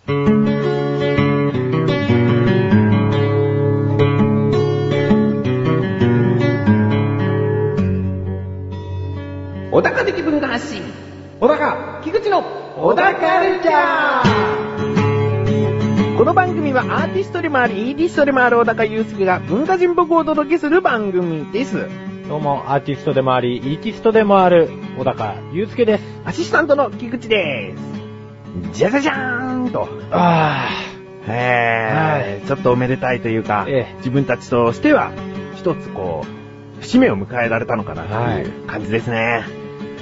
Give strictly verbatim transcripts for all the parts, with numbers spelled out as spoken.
小高的文化発信、小高菊池の小高カルチャー。この番組はアーティストでもありイーディストでもある小高祐介が文化人っぽくお届けする番組です。 どうもアーティストでもありイーティストでもある小高祐介です。 アシスタントの菊池です。じゃじゃじゃーんと。 あーえー、はい、ちょっとおめでたいというか、ええ、自分たちとしては一つこう節目を迎えられたのかなという感じですね。はい、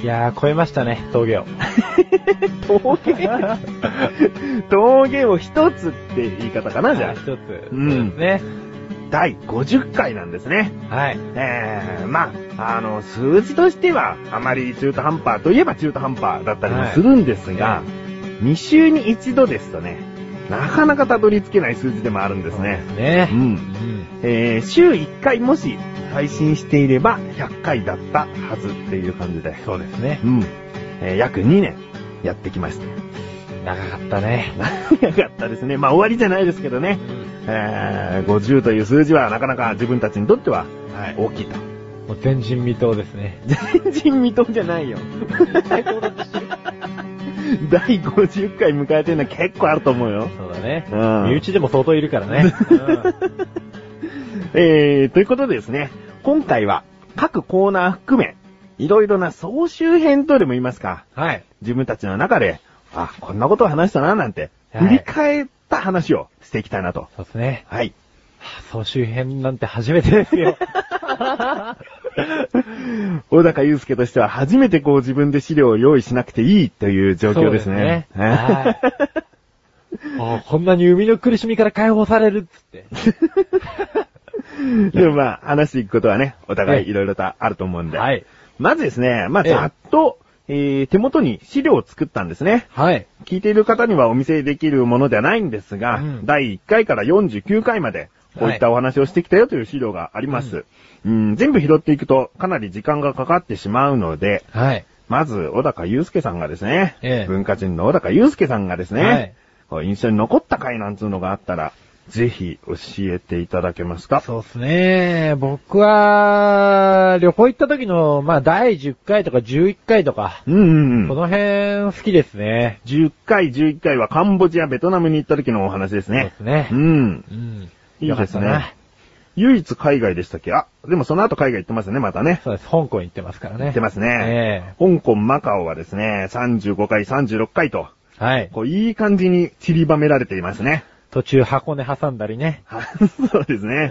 いやー超えましたね、峠を。 峠峠を一つって言い方かな、じゃあ。 一つ。 うん。 そうですね。 だいごじゅっかいなんですね。 はい。 えー、まあ、あの、数字としてはあまり中途半端といえば中途半端だったりもするんですが、はい、に週に一度ですとね、なかなかたどり着けない数字でもあるんですね。 そうですね。 うん。うん、えー、週いっかいもし配信していればひゃっかいだったはずっていう感じで。 そうですね。 うん。えー、約にねんやってきました。 長かったね。 長かったですね。まあ終わりじゃないですけどね。うん、えー、ごじゅうという数字はなかなか自分たちにとっては大きいと。はい、 もう前人未到ですね。 前人未到じゃないよ。最高だって知る。だいごじゅっかい迎えてるのは結構あると思うよ。 そうだね。うん。身内でも相当いるからね。うん、 えー、ということでですね、今回は各コーナー含め、いろいろな総集編とでも言いますか。 はい。 自分たちの中で、あ、こんなことを話したな、なんて、はい、振り返った話をしていきたいなと。 そうですね。 はい。 総集編なんて初めてですよ。 小高祐介としては初めてこう自分で資料を用意しなくていいという状況ですね。 そうですね。はい。こんなに生みの苦しみから解放されるっつって。 でもまあ、話していくことはね、お互いいろいろとあると思うんで。はい。まずですね、まあ、ざっと、えー、手元に資料を作ったんですね。 はい。 聞いている方にはお見せできるものではないんですが、うん、だいいっかいからよんじゅうきゅうかいまで、こういったお話をしてきたよという資料があります。はい、うん、全部拾っていくとかなり時間がかかってしまうので、はい。まず、小高祐介さんがですね、ええ、文化人の小高祐介さんがですね、はい、こう印象に残った回なんつうのがあったら、ぜひ教えていただけますか？ そうですね。僕は、旅行行った時の、まあ、だいじゅっかいとかじゅういっかいとか、うんうんうん、この辺好きですね。 じゅっかい、じゅういっかいはカンボジア、ベトナムに行った時のお話ですね。 そうですね。 うん。うん。いいですね。唯一海外でしたっけ？あ、でもその後海外行ってますね、またね。 そうです。香港行ってますからね。 行ってますね。えー、香港、マカオはですね、さんじゅうごかい、さんじゅうろっかいと。はい。こう、いい感じに散りばめられていますね。 途中箱根挟んだりね。 そうですね。 うん。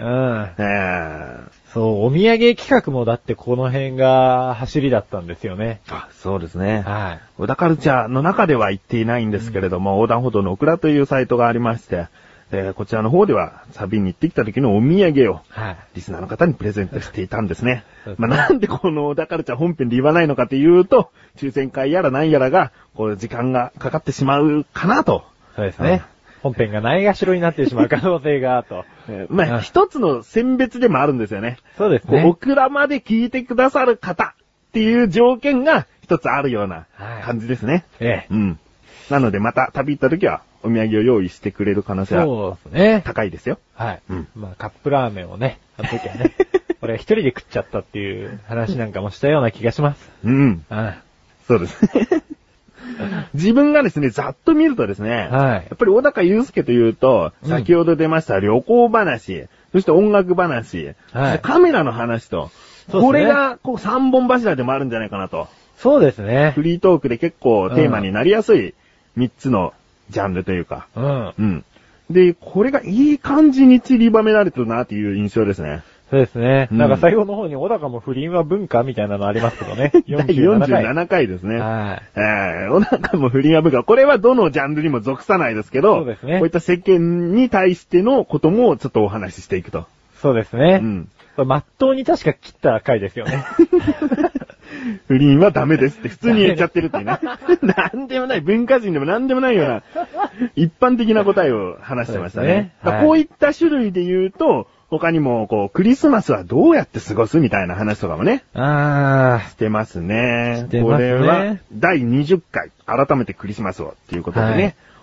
えー、そう、お土産企画もだってこの辺が走りだったんですよね。 あ、そうですね。はい。小田カルチャーの中では言っていないんですけれども、うん、横断歩道のオクラというサイトがありまして、えー、こちらの方では旅に行ってきた時のお土産を、はい、リスナーの方にプレゼントしていたんですね。まあ、なんでこの小田カルチャー本編で言わないのかというと、抽選会やら何やらが、こう時間がかかってしまうかなと。 そうですね。うん、本編がないがしろになってしまう可能性が、と。 えー、まあ、一つの選別でもあるんですよね。 そうですね。 オクラまで聞いてくださる方っていう条件が一つあるような感じですね。はい、ええ。うん。なのでまた旅行った時はお土産を用意してくれる可能性はそうですね。高いですよ。 はい。うん。まあ、カップラーメンをね、あの時はね、俺は一人で食っちゃったっていう話なんかもしたような気がします。 うん。ああそうですね。自分がですね、ざっと見るとですね、はい、やっぱり小高祐介というと、先ほど出ました旅行話、うん、そして音楽話、はい、カメラの話と、ね、これがこう三本柱でもあるんじゃないかなと。 そうですね。 フリートークで結構テーマになりやすい三つのジャンルというか。うん。うん。で、これがいい感じに散りばめられてるなっていう印象ですね。 そうですね。うん、なんか最後の方に小高も不倫は文化みたいなのありますけどね。 よんじゅうななかい。よんじゅうななかいですね。はい。えー、小高も不倫は文化。これはどのジャンルにも属さないですけど、そうですね。こういった世間に対してのこともちょっとお話ししていくと。 そうですね。うん。まっとうに確か切った回ですよね。 不倫はダメですって普通に言っちゃってるっていうね。なんでもない、文化人でもなんでもないような、一般的な答えを話してましたね。ねはい、こういった種類で言うと、他にも、こう、クリスマスはどうやって過ごすみたいな話とかもね。ああ。してますね。してますね。これは、だいにじゅっかい、改めてクリスマスをっていうことでね、はい、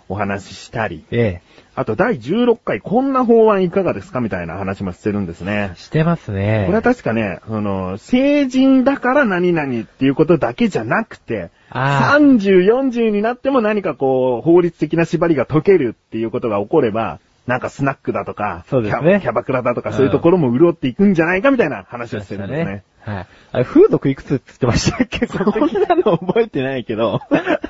お話ししたり、 ええ。 あとだいじゅうろっかいこんな法案いかがですかみたいな話もしてるんですね。 してますね。 これは確かね、あの、成人だから何々っていうことだけじゃなくて、さんじゅう、よんじゅうになっても何かこう、法律的な縛りが解けるっていうことが起これば、なんかスナックだとか、 そうですね、 キャ、キャバクラだとか、そういうところも潤っていくんじゃないかみたいな話をしてるんですね。 はい。あれ、風俗いくつって言ってましたっけ？ そんなの覚えてないけど。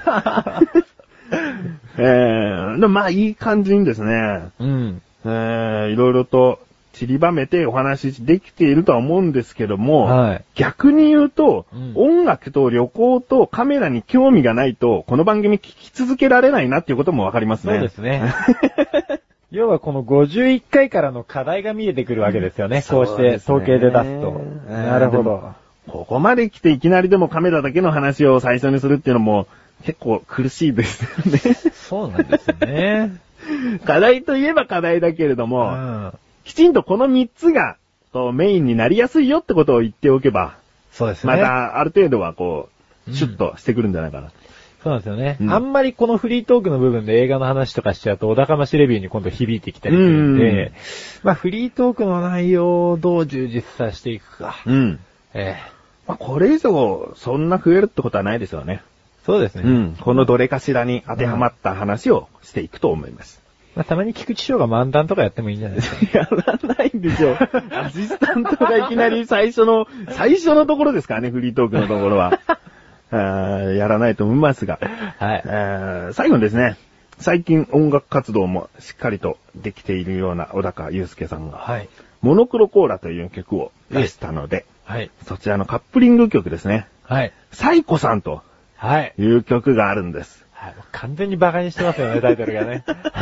えー、でもまあいい感じにですね、 うん。 えー、いろいろと散りばめてお話しできているとは思うんですけども、 はい、 逆に言うと、 うん、 音楽と旅行とカメラに興味がないと、この番組聞き続けられないなっていうこともわかりますね。 そうですね。要はこのごじゅういっかいからの課題が見えてくるわけですよね。こうして統計で出すと。なるほど。 ここまで来ていきなりでもカメラだけの話を最初にするっていうのも結構苦しいですよね。 そうなんですね。 課題といえば課題だけれども、うん、きちんとこのみっつがこうメインになりやすいよってことを言っておけば、 そうですね。 またある程度はこう、シュッとしてくるんじゃないかな。うん、 そうなんですよね、うん。あんまりこのフリートークの部分で映画の話とかしちゃうと、お高ましレビューに今度響いてきたりするんで、うん、まあフリートークの内容をどう充実させていくか。 うん。 ええ。 まあこれ以上そんな増えるってことはないですよね。 そうですね。 うん。このどれかしらに当てはまった話をしていくと思います。 まあ、たまに菊池翔が漫談とかやってもいいんじゃないですか。 やらないんでしょ。アシスタントがいきなり最初の、最初のところですからね、フリートークのところは。あやらないと思いますが。 はい。 あ最後にですね、最近音楽活動もしっかりとできているような小高祐介さんが、 はい。 モノクロコーラという曲を出したので、 はい。 そちらのカップリング曲ですね。 はい。 サイコさんと、 はい。 いう曲があるんです。 はい。完全にバカにしてますよね、タイトルがね。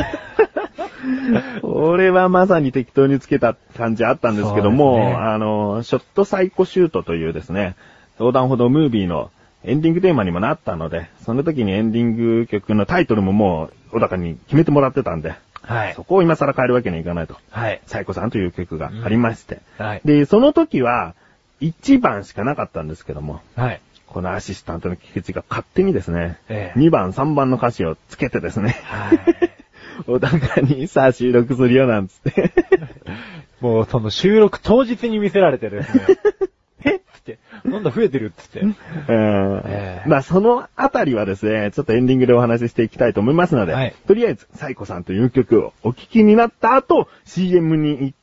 俺はまさに適当につけた感じあったんですけども、ね、あの、ショットサイコシュートというですね、横断歩道ムービーのエンディングテーマにもなったので、その時にエンディング曲のタイトルももう小高に決めてもらってたんで、 はい。 そこを今更変えるわけにはいかないと。 はい。 サイコさんという曲がありまして、 うん、はい。 で、その時はいちばんしかなかったんですけども、 はい。 このアシスタントの菊池が勝手にですね、 ええ、 にばん、さんばんの歌詞をつけてですね、 はい。 小高にさあ収録するよなんつって。 もうその収録当日に見せられてですね。えっつって、なんだ増えてるっつって。うんえー、まあそのあたりはですね、ちょっとエンディングでお話ししていきたいと思いますので、はい、とりあえず、サイコさんという曲をお聴きになった後、シーエム に行って、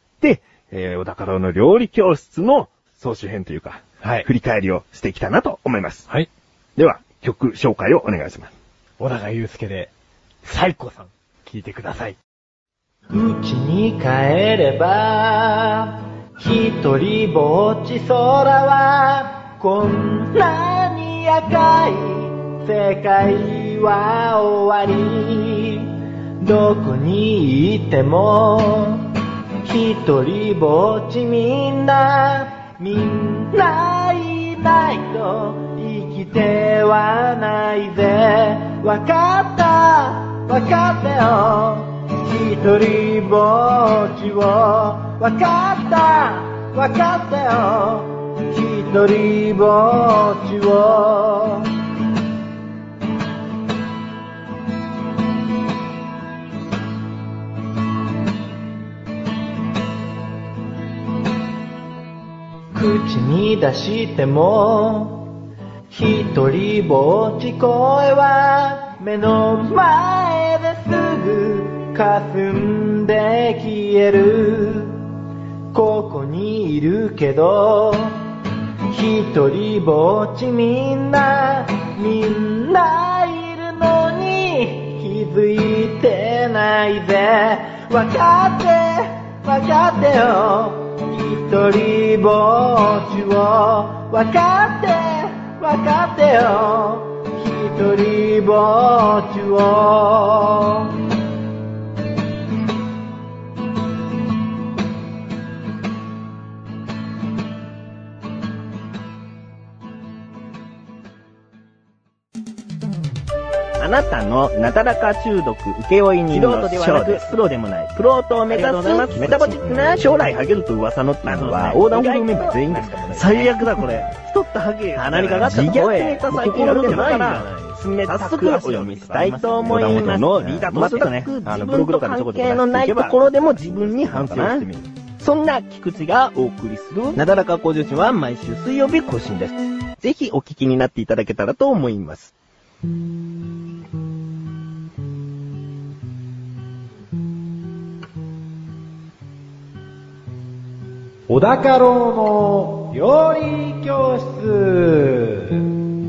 えー、小高郎の料理教室の総集編というか、はい、振り返りをしていきたいなと思います。 はい。 では、曲紹介をお願いします。 小高祐介で、サイコさん。聞いてください。うちに帰れば一人ぼっち空はこんなに赤い世界は終わりどこにいても一人ぼっちみんなみんないないと生きてはないぜわかったわかったよ一人ぼっちをわかったわかったよ一人ぼっちを口に出しても一人ぼっち声は目の前ですぐ霞んで消えるここにいるけど一人ぼっちみんなみんないるのに気づいてないぜわかってわかってよ一人ぼっちをわかってわかってよ一人ぼっちをあなたのなだらか中毒請負人の素人ではなくプロでもないプロと目指すメタボチックな将来ハゲると噂のっていうのは横断歩道メンバー全員ですからね。最悪だこれ。太ったハゲ鼻にかかった自虐ネタ最近やるんじゃないんじゃないですめ早速お読みしたいと思います。のリーダーとしてとね、あのブログとかでちょこちょこ出していけば、関係のないところでも自分に反省してみる。そんな菊池がお送りするなだらか向上心は毎週水曜日更新です。ぜひお聞きになっていただけたらと思います。 小高郎の料理教室。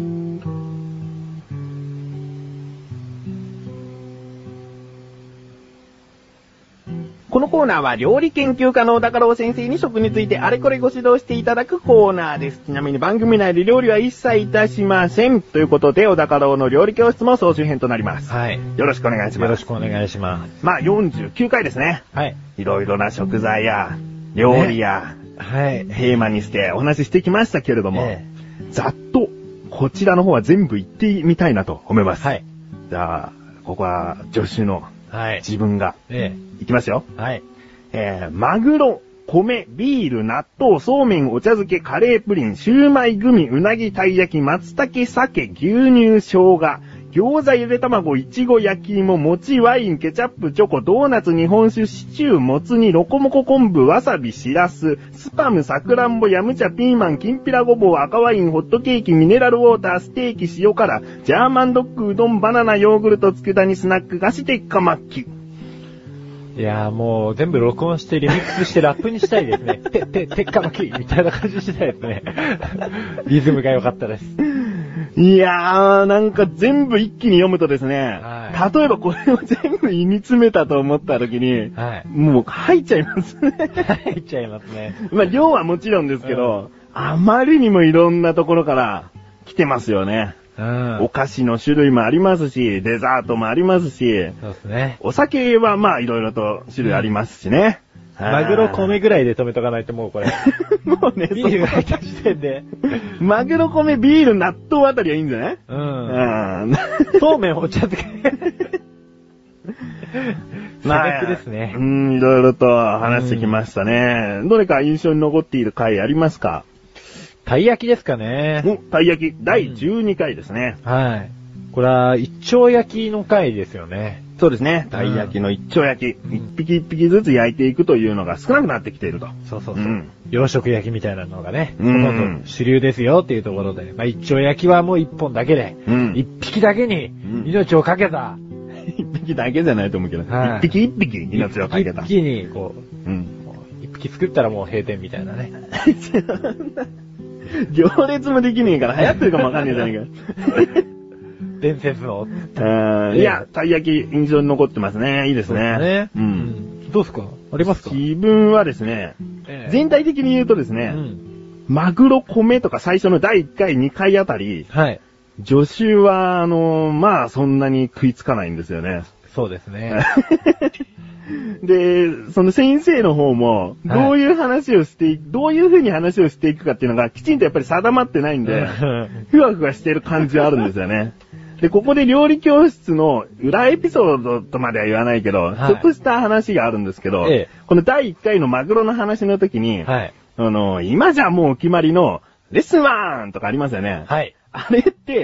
このコーナーは料理研究家の小高郎先生に食についてあれこれご指導していただくコーナーです。ちなみに番組内で料理は一切いたしません。ということで小高郎の料理教室も総集編となります。 はい。 よろしくお願いします。 よろしくお願いします。 まあよんじゅうきゅうかいですね。 はい。 いろいろな食材や料理や、 ね、はい。 テーマにしてお話ししてきましたけれども、 ええ、ざっとこちらの方は全部言ってみたいなと思います。 はい。 じゃあ、ここは助手の自分が、 ええ、いきますよ。 はい。 えー、マグロ、米、ビール、納豆、そうめん、お茶漬け、カレープリン、シューマイ、グミ、うなぎ、たい焼き、松茸、鮭、牛乳、生姜、餃子、ゆで卵、いちご、焼き芋、餅、ワイン、ケチャップ、チョコ、ドーナツ、日本酒、シチュー、もつ煮、ロコモコ昆布、わさび、しらす、スパム、サクランボ、ヤムチャ、ピーマン、きんぴらごぼう、赤ワイン、ホットケーキ、ミネラルウォーター、ステーキ、塩辛、ジャーマンドッグ、うどん、バナナ、ヨーグルト、佃煮、スナック菓子、鉄火巻き。 いやーもう全部録音してリミックスしてラップにしたいですね。て、て、てっか巻きみたいな感じしたいですね。リズムが良かったです。 いやー、なんか全部一気に読むとですね、 はい、 例えばこれを全部胃に詰めたと思った時に、はい、もう入っちゃいますね。 入っちゃいますね。 まあ量はもちろんですけど、うん、あまりにもいろんなところから来てますよね。うん、お菓子の種類もありますし、デザートもありますし、 そうですね。 お酒はまあいろいろと種類ありますしね。 うん、マグロ米ぐらいで止めとかないともうこれ。 もうね、 ビールが入った時点で。 マグロ米、ビール、納豆あたりはいいんじゃない？ うん。うん。そうめん、お茶漬け。まあ、ですね。 うん、いろいろと話してきましたね。うん、どれか印象に残っている回ありますか？ たい焼きですかね。 お、たい焼き、だいじゅうにかいですね。 うん、はい。これは、一丁焼きの回ですよね。 そうですね。たい焼きの一丁焼き。一、うん、匹一匹ずつ焼いていくというのが少なくなってきていると。 そうそうそう。うん、洋食焼きみたいなのがね、 うん、 ほとんど主流ですよっていうところで、まあ一丁焼きはもう一本だけで、うん、一匹だけに命をかけた。 一、うん、匹だけじじゃないと思うけど、はい、一匹一匹命をかけた。 一匹にこう、うん、一匹作ったらもう閉店みたいなね。 行列もできねえから流行ってるかもわかんねえじゃねえか。 伝説の。 いや、たい焼き印象に残ってますね。いいですね。 そうですね。うん。どうすか？ありますか？ 自分はですね、えー、全体的に言うとですね、うん、マグロ米とか最初のだいいっかい、にかいあたり、はい。助手は、あのー、まあ、そんなに食いつかないんですよね。 そうですね。 で、その先生の方も、どういう話をしていく、はい、どういう風に話をしていくかっていうのがきちんとやっぱり定まってないんで、ふわふわしてる感じはあるんですよね。で、ここで料理教室の裏エピソードとまでは言わないけど、はい、ちょっとした話があるんですけど、ええ、このだいいっかいのマグロの話の時に、はい、あの、今じゃもうお決まりの、レッスンワンとかありますよね。はい。あれって、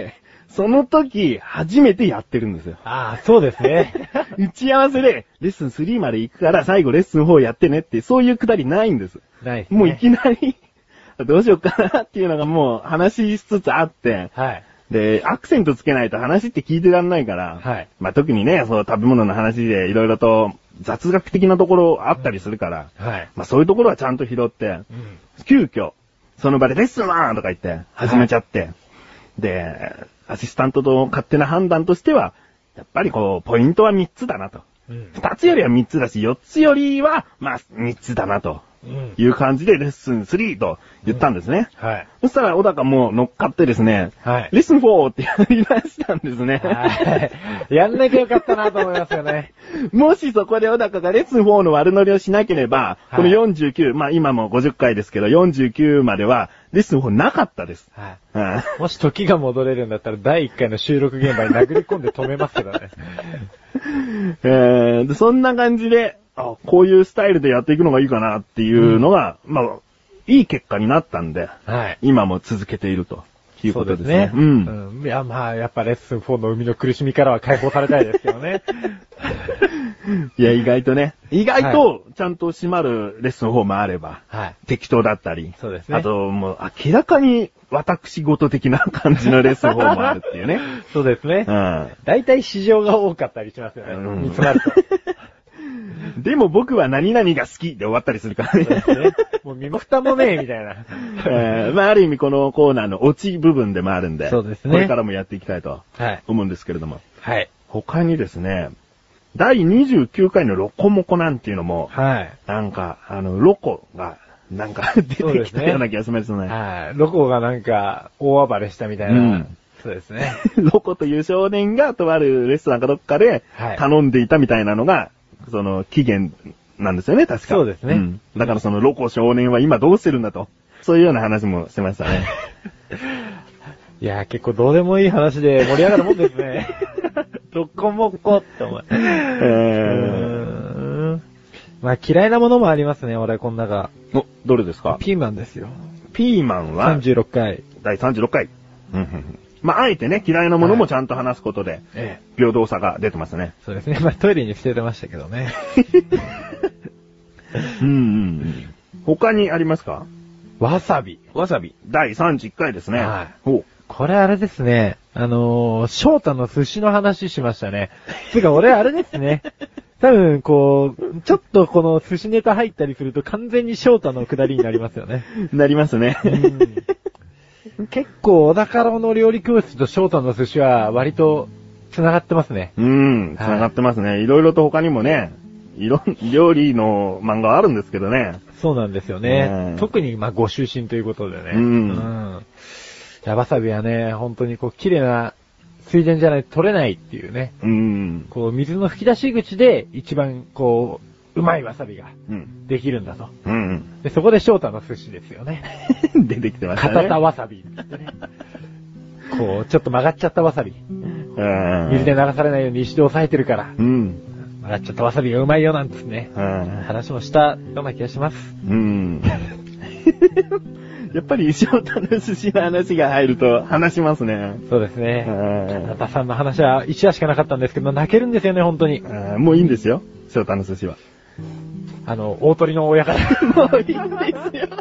その時、初めてやってるんですよ。 ああ、そうですね。 打ち合わせで、レッスンスリーまで行くから、最後レッスンフォーやってねって、そういうくだりないんです。 ないですね。 もういきなり、どうしようかなっていうのがもう話しつつあって、はい。で、アクセントつけないと話って聞いてらんないから、はい。まあ、特にね、そう食べ物の話でいろいろと雑学的なところあったりするから、うん、はい。まあ、そういうところはちゃんと拾って、うん、急遽、その場でレッスンワンとか言って始めちゃって、はい、で、アシスタントと勝手な判断としては、やっぱりこう、ポイントはみっつだなと。うん、ふたつよりはみっつだし、よっつよりは、まあ、みっつだなと。いう感じでレッスンスリーと言ったんですね。うん、はい。そしたら小高も乗っかってですね、はい。レッスンフォーってやり出したんですね。 はい。やんなきゃよかったなと思いますよね。 もしそこで小高がレッスンフォーの悪乗りをしなければ、はい、このよんじゅうきゅう、まあ今もごじゅっかいですけど、よんじゅうきゅうまではレッスンフォーなかったです。はい。 はい、もし時が戻れるんだったらだいいっかいの収録現場に殴り込んで止めますけどね。 えー、そんな感じで、あ、こういうスタイルでやっていくのがいいかなっていうのが、うん、まあ、いい結果になったんで、はい、今も続けているということですね。 そうですね。うん。うん。いや、まあ、やっぱレッスンフォーの生みの苦しみからは解放されたいですけどね。 いや、意外とね。意外と、ちゃんと締まるレッスンフォーもあれば、 はい。 適当だったり。 そうですね。 あと、もう、明らかに、私事的な感じのレッスンフォーもあるっていうね。 そうですね。うん。大体市場が多かったりしますよね。うん。煮詰まると。 でも僕は何々が好きで終わったりするからね。そうですね。 もう身も蓋もねえみたいな。 えー、まあある意味このコーナーのオチ部分でもあるんで。 そうですね。 これからもやっていきたいと。はい。思うんですけれども。 はい。 他にですね、だいにじゅうきゅうかいのロコモコなんていうのも、 はい。 なんか、あの、ロコが、なんか出てきたような気がしますね。 はい。ロコがなんか、大暴れしたみたいな。うん。そうですね。 ロコという少年がとあるレストランかどっかで、頼んでいたみたいなのが、その、起源なんですよね、確か。 そうですね。うん。だからそのロコ少年は今どうしてるんだと。そういうような話もしてましたね。 いやー、結構どうでもいい話で盛り上がるもんですね。ロコモコって思う。えー。まあ嫌いなものもありますね、俺この中。 お、どれですか？ ピーマンですよ。 ピーマンはさんじゅうろっかい。 だいさんじゅうろっかい。うんうんうん。まあ、あえてね、嫌いなものもちゃんと話すことで、ええ、平等さが出てますね。 そうですね。まあ、トイレに捨ててましたけどね。 うんうんうん。他にありますか？ わさび。 わさび。だいさんじゅっかいですね。はい。 お。これあれですね。あのー、翔太の寿司の話しましたね。つうか、俺あれですね。多分、こう、ちょっとこの寿司ネタ入ったりすると完全に翔太の下りになりますよね。 なりますね。 うん、結構、小高郎の料理教室と翔太の寿司は割と繋がってますね。 うん、繋がってますね。はい、いろいろと他にもね、いろ、料理の漫画はあるんですけどね。 そうなんですよね。うん、特に、まあ、ご出身ということでね。うん。うん。いや、わさびはね、本当にこう、綺麗な水田じゃないと取れないっていうね。うん。こう、水の吹き出し口で一番、こう、うまいわさびができるんだと。うん。で、そこで翔太の寿司ですよね。 出てきてましたね。 片田わさびってね。こう、ちょっと曲がっちゃったわさび。水で流されないように一度押さえてるから。うん。曲がっちゃったわさびがうまいよなんですね。うん。話もしたような気がします。うん。 やっぱり翔太の寿司の話が入ると話しますね。 そうですね。片田さんの話は一話しかなかったんですけど、泣けるんですよね、本当に。 もういいんですよ、翔太の寿司は。 あの、大鳥の親から。もういいんですよ。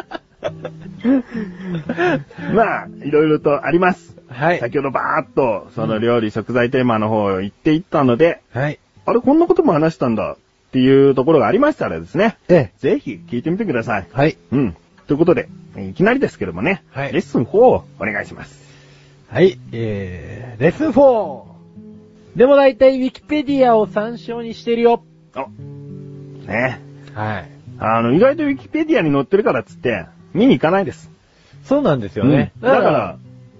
まあ、いろいろとあります。 はい。 先ほどバーっと、その料理、うん、食材テーマの方を言っていったので、 はい。 あれ、こんなことも話したんだっていうところがありましたらですね。ええ。ぜひ聞いてみてください。 はい。 うん。ということで、いきなりですけどもね。はい。レッスンフォーをお願いします。 はい。えー、レッスンフォー。でも大体ウィキペディアを参照にしてるよ。 あ。ね。 はい。 あの、意外とウィキペディアに載ってるからっつって、見に行かないです。 そうなんですよね。 うん、だから、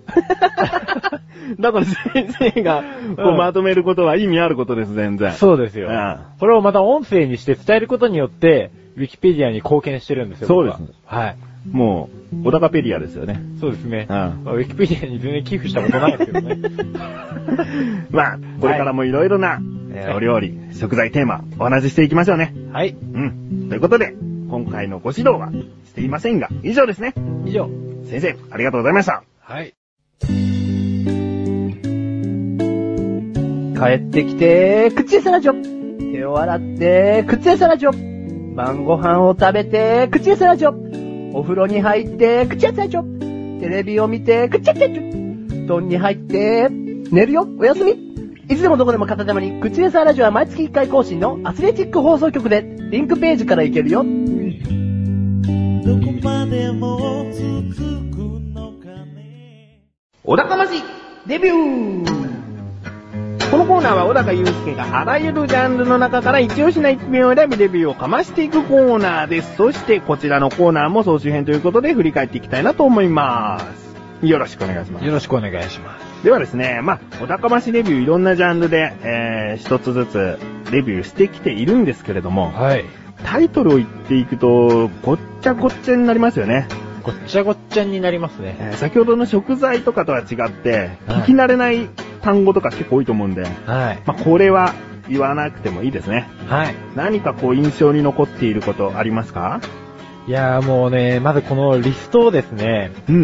だから先生がこうまとめることは意味あることです、全然。 そうですよ。うん、これをまた音声にして伝えることによって、ウィキペディアに貢献してるんですよ。 そうです。 はい。 もう、小高ペディアですよね。 そうですね。うん、ウィキペディアに全然寄付したことないですけどね。 まあ、これからもいろいろな、はいえー、お料理、食材テーマ、お話ししていきましょうね。 はい。 うん。ということで、今回のご指導はしていませんが、以上ですね。 以上。 先生、ありがとうございました。 はい。帰ってきて、口エサラジョ。手を洗って、口エサラジョ。晩ご飯を食べて、口エサラジョ。お風呂に入って、口エサラジョ。テレビを見て、口エサラジョ。布団に入って、寝るよ、おやすみ。いつでもどこでも片手間に、口エサラジオは毎月いっかい更新のアスレチック放送局で、リンクページから行けるよ。どこまでも続くのかね。 小高ましデビュー。このコーナーは小高祐介があらゆるジャンルの中から一押しな一品を選びレビューをかましていくコーナーです。そしてこちらのコーナーも総集編ということで振り返っていきたいなと思います。よろしくお願いします。 よろしくお願いします。 ではですね、まあ、小高ましレビューいろんなジャンルで、えー、一つずつレビューしてきているんですけれども、 はい。 タイトルを言っていくと、ごっちゃごっちゃになりますよね。 ごっちゃごっちゃになりますね。 えー、先ほどの食材とかとは違って、はい、聞き慣れない単語とか結構多いと思うんで、はい。まあ、これは言わなくてもいいですね。 はい。 何かこう印象に残っていることありますか？ いやーもうね、まずこのリストをですね、 うん。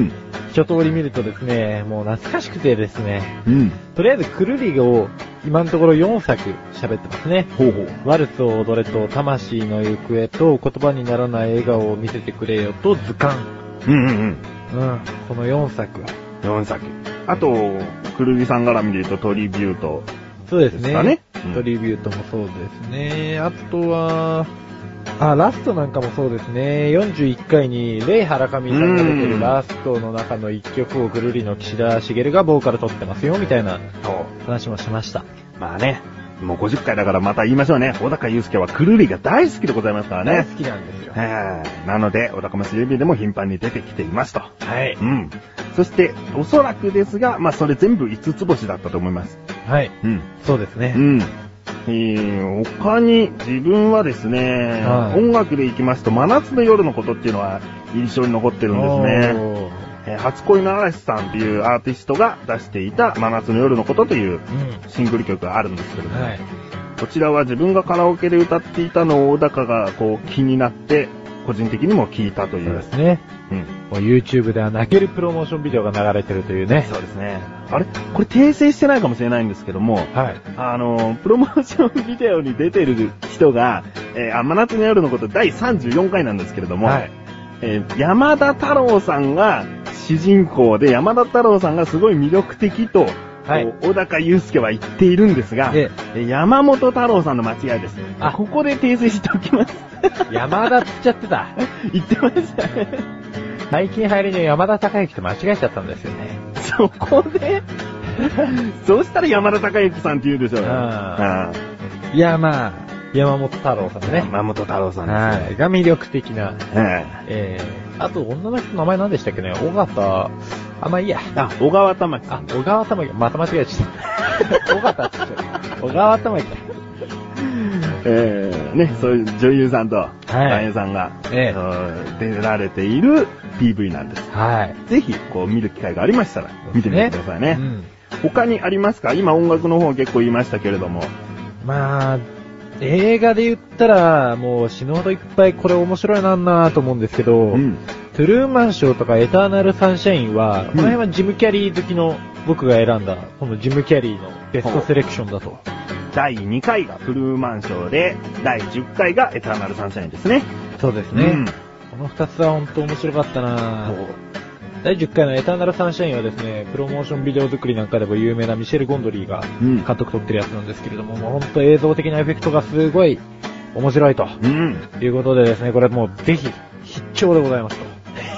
一通り見るとですね、もう懐かしくてですね、 うん。 とりあえずくるりを今のところよんさく喋ってますね。 ほうほう。 ワルツを踊れと、魂の行方と、言葉にならない笑顔を見せてくれよと、図鑑。 うんうんうん。 うん。このよんさく。 よんさく。あと、くるりさん絡みで言うとトリビュート。 そうですね。 ですかね。うんトリビュートもそうですね。あとは、あ、ラストなんかもそうですね。よんじゅういっかいに、レイ・ハラカミさんが出てるラストの中のいっきょくをぐるりの岸田茂がボーカル撮ってますよ、みたいな話もしました。 まあね、もうごじゅっかいだからまた言いましょうね。小高祐介はくるりが大好きでございますからね。 大好きなんですよ。 えーなので、小高松レビューでも頻繁に出てきていますと。 はい。 うん。そして、おそらくですが、まあそれ全部いつつ星だったと思います。 はい。 うん。 そうですね。 うん。えー、他に自分はですね、 はい音楽で行きますと、真夏の夜のことっていうのは印象に残ってるんですね。 おーえー初恋の嵐さんっていうアーティストが出していた真夏の夜のことといううシングル曲があるんですけれどん。 も、 はい。 こちらは自分がカラオケで歌っていたのを小高がこう気になって、個人的にも聴いたといそうう。 ですね。 うん。 もう YouTube では泣けるプロモーションビデオが流れてるというね。 そうですね。あれこれ訂正してないかもしれないんですけども、 はい。 あの、プロモーションビデオに出てる人が、えー、あ真夏の夜のことだいさんじゅうよんかいなんですけれども、 はい。 えー山田太郎さんが主人公で、山田太郎さんがすごい魅力的と、 はいこう小高祐介は言っているんですが、 ええー山本太郎さんの間違いです。 あここで訂正しておきます。 山田っつっちゃってた。 言ってましたね。 最近流行りの山田孝之と間違えちゃったんですよね。 そこで、そうしたら山田孝之さんって言うでしょうよ。 あうんいや、まあ、山本太郎さんね。 山本太郎さんですね。 はい。が魅力的な。 ええー、あと女の人の名前何でしたっけね尾形、あ、まあいいや。 えあ、小川玉木さあん。、 小川玉木、また間違えちゃった。尾形って言っちゃった。小川玉木。 えー、ね、そういう女優さんと、男優さんが、 ええうん出られている ピーブイ なんです。 はい。 ぜひ、こう見る機会がありましたら、見てみてくださいね。 うん。 他にありますか？今音楽の方結構言いましたけれども。 まあ、映画で言ったら、もう死ぬほどいっぱいこれ面白いなんなと思うんですけど、 うん。 トゥルーマンショーとかエターナルサンシャインは、この辺はジム・キャリー好きの僕が選んだ、このジム・キャリーのベストセレクションだと。 だいにかいがフルーマン賞で、だいじゅっかいがエターナルサンシャインですね。 そうですね。 うんこの二つは本当面白かったなだいじゅっかいのエターナルサンシャインはですね、プロモーションビデオ作りなんかでも有名なミシェル・ゴンドリーがうん監督撮ってるやつなんですけれども、もう本当映像的なエフェクトがすごい面白いと。 うん。 いうことでですね、これもうぜひ必聴でございますと。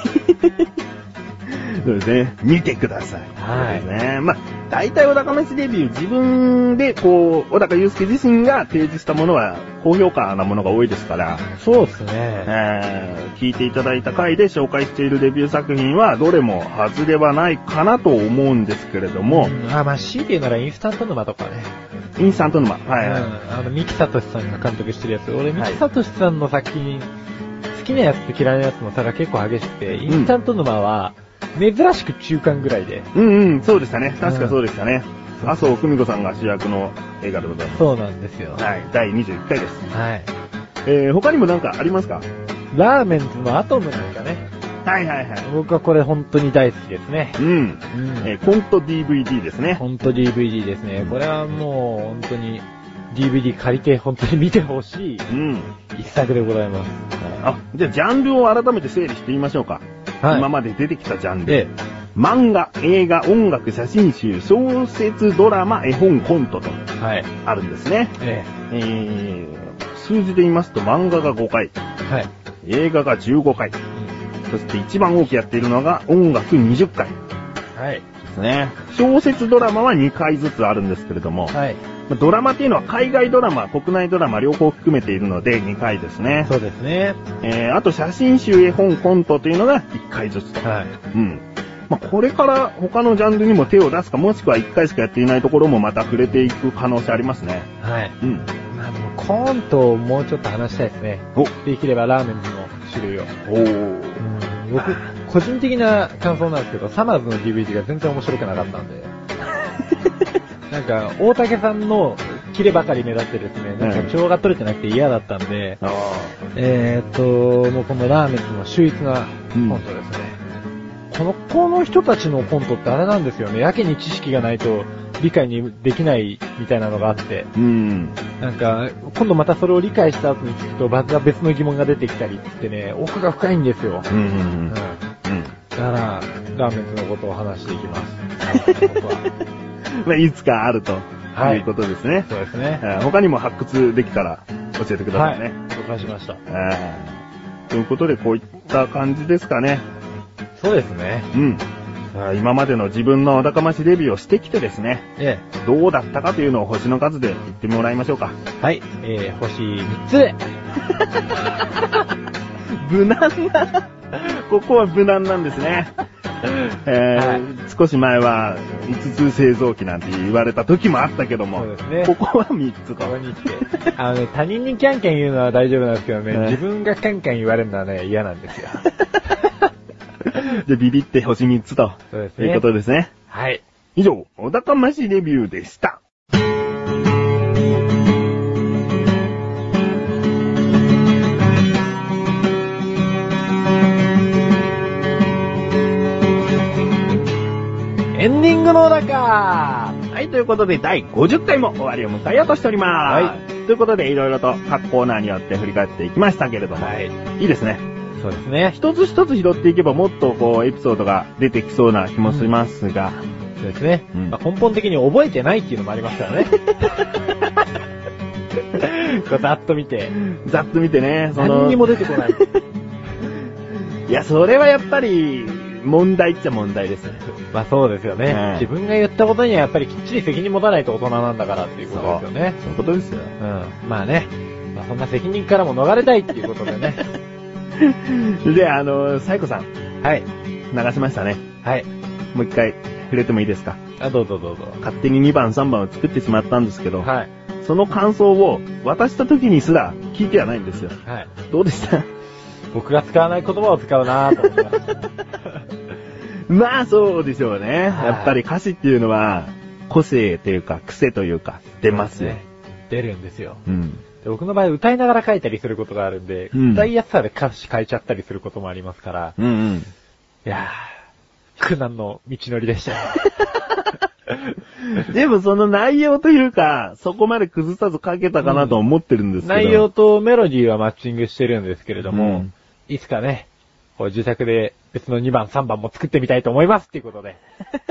そうですね。見てください。 はいそうですね。まあ、大体小高飯デビュー自分で、こう、小高祐介自身が提示したものは高評価なものが多いですから、 そうですね。 えー、聞いていただいた回で紹介しているレビュー作品はどれも外れはないかなと思うんですけれども、 うんあ、まあ C で言うならインスタント沼とかね。 インスタント沼。はいはい。 うん、あの、三木聡さんが監督してるやつ。俺、 はい三木聡さんの作品、好きなやつと嫌いなやつの差が結構激しくて、インスタント沼は、珍しく中間ぐらいで。 うんうん、そうでしたね。確かそうでしたね。麻生久美子さんが主役の映画でございます。 そうなんですよ。 はい。だいにじゅういっかいです。 はい。 えー、他にもなんかありますか？ ラーメンズのアトムなんかね。 はいはいはい。 僕はこれ本当に大好きですね。 うん。 うんえー、コント ディーブイディー ですね。 本当 ディーブイディー ですね。これはもう本当に ディーブイディー 借りて本当に見てほしいうん。 一作でございます。 あ、じゃあジャンルを改めて整理してみましょうか。 はい今まで出てきたジャンル。 で、 漫画、映画、音楽、写真集、小説、ドラマ、絵本、コントとはい。 あるんですね。 ええー、数字で言いますと漫画がごかい、 え。はい。 映画がじゅうごかい、 うそして一番多くやっているのが音楽にじゅっかいんはい。 ですね。小説ドラマはにかいずつあるんですけれども、 はい。 ドラマっていうのは海外ドラマ、国内ドラマ両方含めているのでにかいですね。 そうですね。 えー、あと写真集、絵本、コントというのがいっかいずつと。 はい。 うん。まあ、これから他のジャンルにも手を出すか、もしくはいっかいしかやっていないところもまた触れていく可能性ありますね。 はい。 うん。 まあでもコントをもうちょっと話したいですね。 お、 できればラーメンズの種類を。 おー。 うん僕、個人的な感想なんですけど、サマーズの ディーブイディー が全然面白くなかったんで。なんか、大竹さんのキレばかり目立ってですね、なんか調が取れてなくて嫌だったんで、 あえーっと、もうこのラーメンズの秀逸なコントですね。 この子の人たちのコントってあれなんですよね。やけに知識がないと理解にできないみたいなのがあって。 うん。 なんか、今度またそれを理解した後に聞くと、また別の疑問が出てきたりってね、奥が深いんですよ。 うんうんうん。うん。 うん。だから、ラーメンズのことを話していきます。僕は。 まあ、いつかあると。 はい。 いうことですね。 そうですね。 他にも発掘できたら教えてくださいね。 はい。了解しました。 ということで、こういった感じですかね。 そうですね。 うん。今までの自分のお高ましレビューをしてきてですね。 ええ。どうだったかというのを星の数で言ってもらいましょうか。 はい。えー、星みっつで。 無難な。ここは無難なんですね。えーはい、少し前はいつつ製造機なんて言われた時もあったけども、 そうですね、 ここはみっつと。 ここに来て。あのね、他人にキャンキャン言うのは大丈夫なんですけどね、ね自分がキャンキャン言われるのはね、嫌なんですよ。 で、ビビって星みっつと。 そうですね。 いうことですね。 はい。 以上、お高ましレビューでした。 エンディングのだかはい、ということでだいごじゅっかいも終わりを迎えようとしております。はい。ということでいろいろと各コーナーによって振り返っていきましたけれども。はい。いいですね。 そうですね。 一つ一つ拾っていけばもっとこうエピソードが出てきそうな気もしますが。 うん、そうですね。うんまあ、根本的に覚えてないっていうのもありますからね。こうざっと見て。 ざっと見てね。 その何にも出てこない。 いや、それはやっぱり、問題っちゃ問題ですね。 まあそうですよね、うん。自分が言ったことにはやっぱりきっちり責任持たないと大人なんだからっていうことですよね。 そういうことですよ。 うん。まあね。まあそんな責任からも逃れたいっていうことでね。 で、あの、サイコさん。 はい。 流しましたね。 はい。 もう一回触れてもいいですか？ あ、どうぞどうぞ。 勝手ににばんさんばんを作ってしまったんですけど。 はい。 その感想を渡した時にすら聞いてはないんですよ。 はい。 どうでした？ 僕が使わない言葉を使うなぁと思いました。 まあそうでしょうね。やっぱり歌詞っていうのは個性というか癖というか出ますよ。ね、 出るんですよ。 うん。 で僕の場合歌いながら書いたりすることがあるんで、うん、歌いやすさで歌詞変えちゃったりすることもありますから。 うんうん。いやー、苦難の道のりでしたよ。 でもその内容というか、そこまで崩さず書けたかなと思ってるんですけど、 うん、内容とメロディーはマッチングしてるんですけれども、うん、いつかね、こう自宅で別のにばんさんばんも作ってみたいと思いますっていうことで。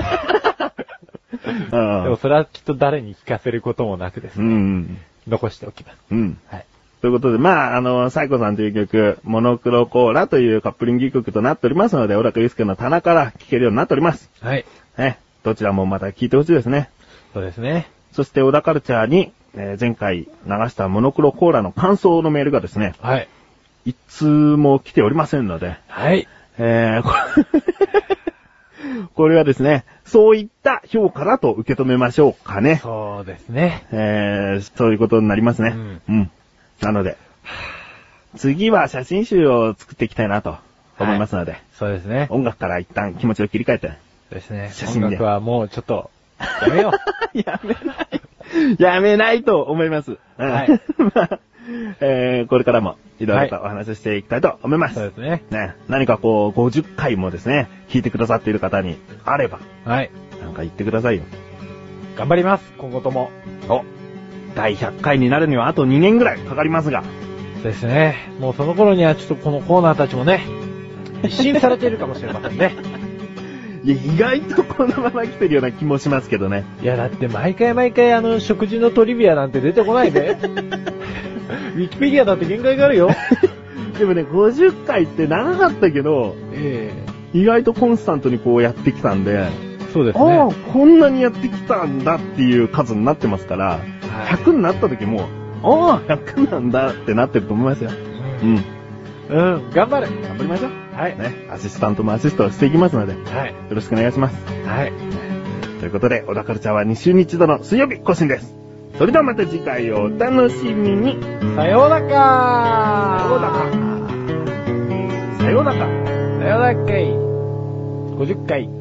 でもそれはきっと誰に聞かせることもなくですね、うん、残しておきます。 うん。はい。ということで、まあ、あの、サイコさんという曲、モノクロコーラというカップリング曲となっておりますので、小高祐介の棚から聴けるようになっております。 はい。 ね。どちらもまた聴いてほしいですね。 そうですね。 そして、小田カルチャーに、えー、前回流したモノクロコーラの感想のメールがですね。 はい。 いつも来ておりませんので。 はい。 えー、これ、これはですね、そういった評価だと受け止めましょうかね。 そうですね。 えー、そういうことになりますね。うん。うん。なので、次は写真集を作っていきたいなと思いますので。はい、 そうですね。 音楽から一旦気持ちを切り替えて。 ですね。写真で。音楽はもうちょっと、やめよう。やめない。やめないと思います。はい。まあえー、これからもいろいろとお話ししていきたいと思います。 はい、そうですね。 ね、何かこう、ごじゅっかいもですね、聞いてくださっている方にあれば。 はい。 なんか言ってくださいよ。 頑張ります、今後とも。 お、だいひゃっかいになるにはあとにねんぐらいかかりますが。 そうですね。もうその頃にはちょっとこのコーナーたちもね、一新されているかもしれませんね。 いや、意外とこのまま来てるような気もしますけどね。 いや、だって毎回毎回あの、食事のトリビアなんて出てこないで。ウィキペディアだって限界があるよ。 でもね、ごじゅっかいって長かったけど、ええー、意外とコンスタントにこうやってきたんで、 そうですね。 ああ、こんなにやってきたんだっていう数になってますから、はい、ひゃくになった時も、ああ、ひゃくなんだってなってると思いますよ。うん。 うん、頑張る。 頑張りましょう。 はい。 ね、アシスタントもアシストしていきますので、はい。よろしくお願いします。 はい。 ということで、小田カルチャーはに週に一度の水曜日更新です。それではまた次回をお楽しみに。 さようなら。 さようなら。さようなら。 さようならかい。ごじゅっかい。